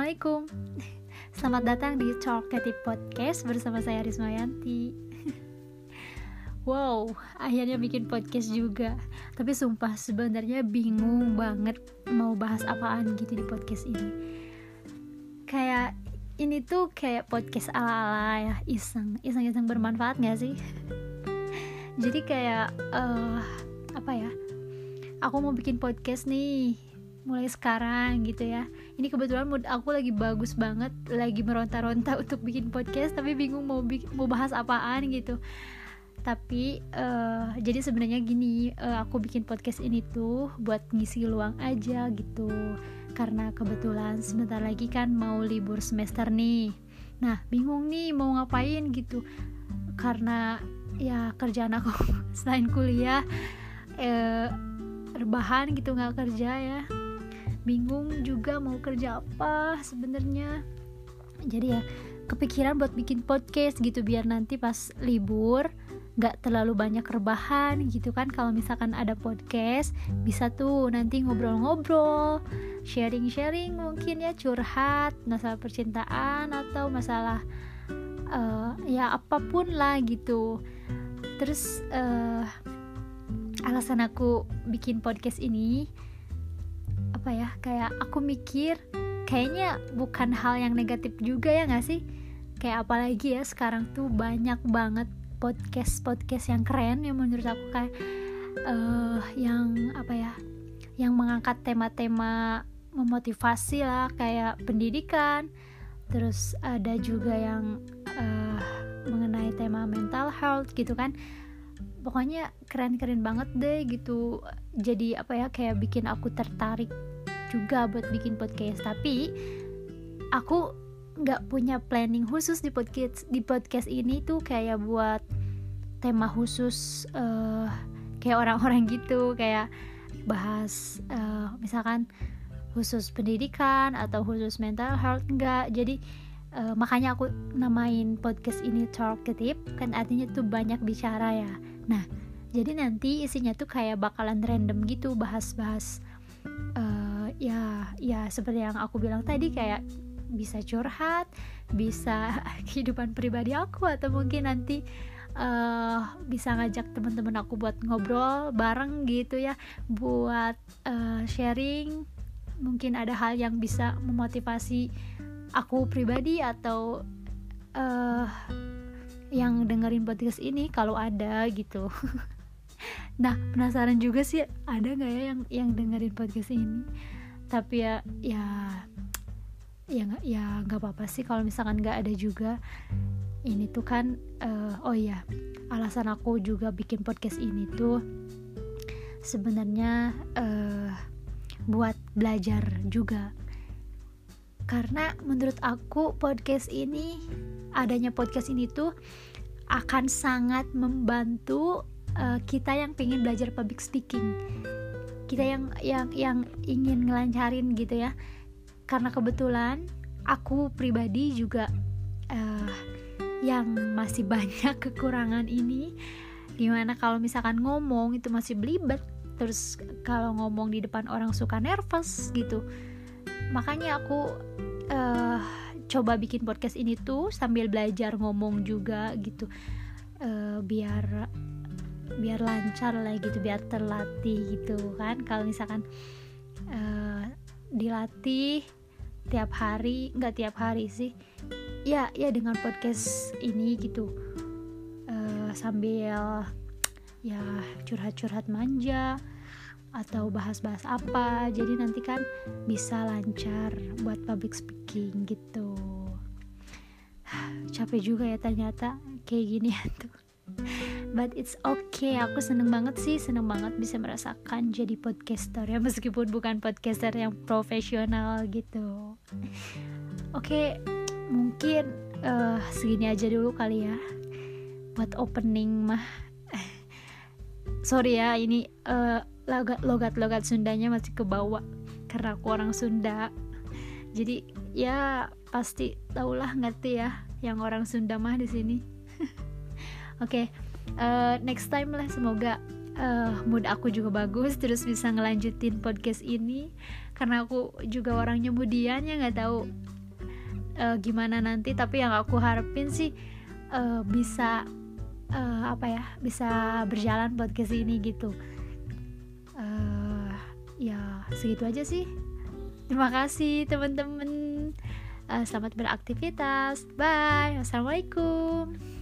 Assalamualaikum. Selamat datang di Talkative Podcast bersama saya Rismayanti. Wow, akhirnya bikin podcast juga. Tapi sumpah sebenarnya bingung banget mau bahas apaan gitu di podcast ini. Kayak ini tuh kayak podcast ala-ala ya, iseng bermanfaat gak sih? Jadi kayak aku mau bikin podcast nih mulai sekarang gitu ya. Ini kebetulan mood aku lagi bagus banget, lagi meronta-ronta untuk bikin podcast, tapi bingung mau bahas apaan gitu. Tapi jadi sebenarnya gini, aku bikin podcast ini tuh buat ngisi luang aja gitu. Karena kebetulan sebentar lagi kan mau libur semester nih. Nah, bingung nih mau ngapain gitu. Karena ya kerjaan aku selain kuliah rebahan gitu, nggak kerja ya. Bingung juga mau kerja apa sebenarnya. Jadi ya kepikiran buat bikin podcast gitu biar nanti pas libur gak terlalu banyak rebahan gitu kan. Kalau misalkan ada podcast bisa tuh nanti ngobrol-ngobrol, sharing-sharing, mungkin ya curhat masalah percintaan atau masalah ya apapun lah gitu. Terus alasan aku bikin podcast ini kayak aku mikir kayaknya bukan hal yang negatif juga ya gak sih? Kayak apalagi ya sekarang tuh banyak banget podcast yang keren yang menurut aku kayak yang mengangkat tema-tema memotivasi lah, kayak pendidikan. Terus ada juga yang mengenai tema mental health gitu kan. Pokoknya keren-keren banget deh gitu. Jadi kayak bikin aku tertarik juga buat bikin podcast. Tapi aku nggak punya planning khusus di podcast ini tuh kayak buat tema khusus kayak orang-orang gitu, kayak bahas misalkan khusus pendidikan atau khusus mental health, enggak. Jadi makanya aku namain podcast ini Talkative, kan artinya tuh banyak bicara ya. Nah, jadi nanti isinya tuh kayak bakalan random gitu, bahas-bahas ya seperti yang aku bilang tadi, kayak bisa curhat, bisa kehidupan pribadi aku, atau mungkin nanti bisa ngajak teman-teman aku buat ngobrol bareng gitu ya, buat sharing. Mungkin ada hal yang bisa memotivasi aku pribadi atau yang dengerin podcast ini kalau ada gitu. Nah, penasaran juga sih ada nggak ya yang dengerin podcast ini. Tapi ya nggak apa-apa sih kalau misalkan nggak ada juga. Ini tuh kan alasan aku juga bikin podcast ini tuh sebenarnya buat belajar juga. Karena menurut aku adanya podcast ini tuh akan sangat membantu kita yang pengen belajar public speaking, kita yang ingin ngelancarin gitu ya. Karena kebetulan aku pribadi juga yang masih banyak kekurangan ini, dimana kalau misalkan ngomong itu masih belibet, terus kalau ngomong di depan orang suka nervous gitu. Makanya aku coba bikin podcast ini tuh sambil belajar ngomong juga gitu, biar lancar lah gitu, biar terlatih gitu kan. Kalau misalkan dilatih nggak tiap hari sih ya dengan podcast ini gitu, sambil ya curhat-curhat manja atau bahas-bahas apa, jadi nanti kan bisa lancar buat public speaking gitu. Capek juga ya ternyata kayak gini tuh. But it's okay, aku seneng banget bisa merasakan jadi podcaster ya, meskipun bukan podcaster yang profesional gitu. Oke, mungkin segini aja dulu kali ya buat opening mah. Sorry ya, ini logat Sundanya masih kebawa karena aku orang Sunda. Jadi ya pasti taulah, ngerti ya yang orang Sunda mah di sini. Oke. Next time lah, semoga mood aku juga bagus terus bisa ngelanjutin podcast ini, karena aku juga orangnya moodian ya, nggak tahu gimana nanti, tapi yang aku harapin sih bisa bisa berjalan podcast ini gitu. Ya segitu aja sih. Terima kasih teman-teman. Selamat beraktivitas. Bye. Wassalamualaikum.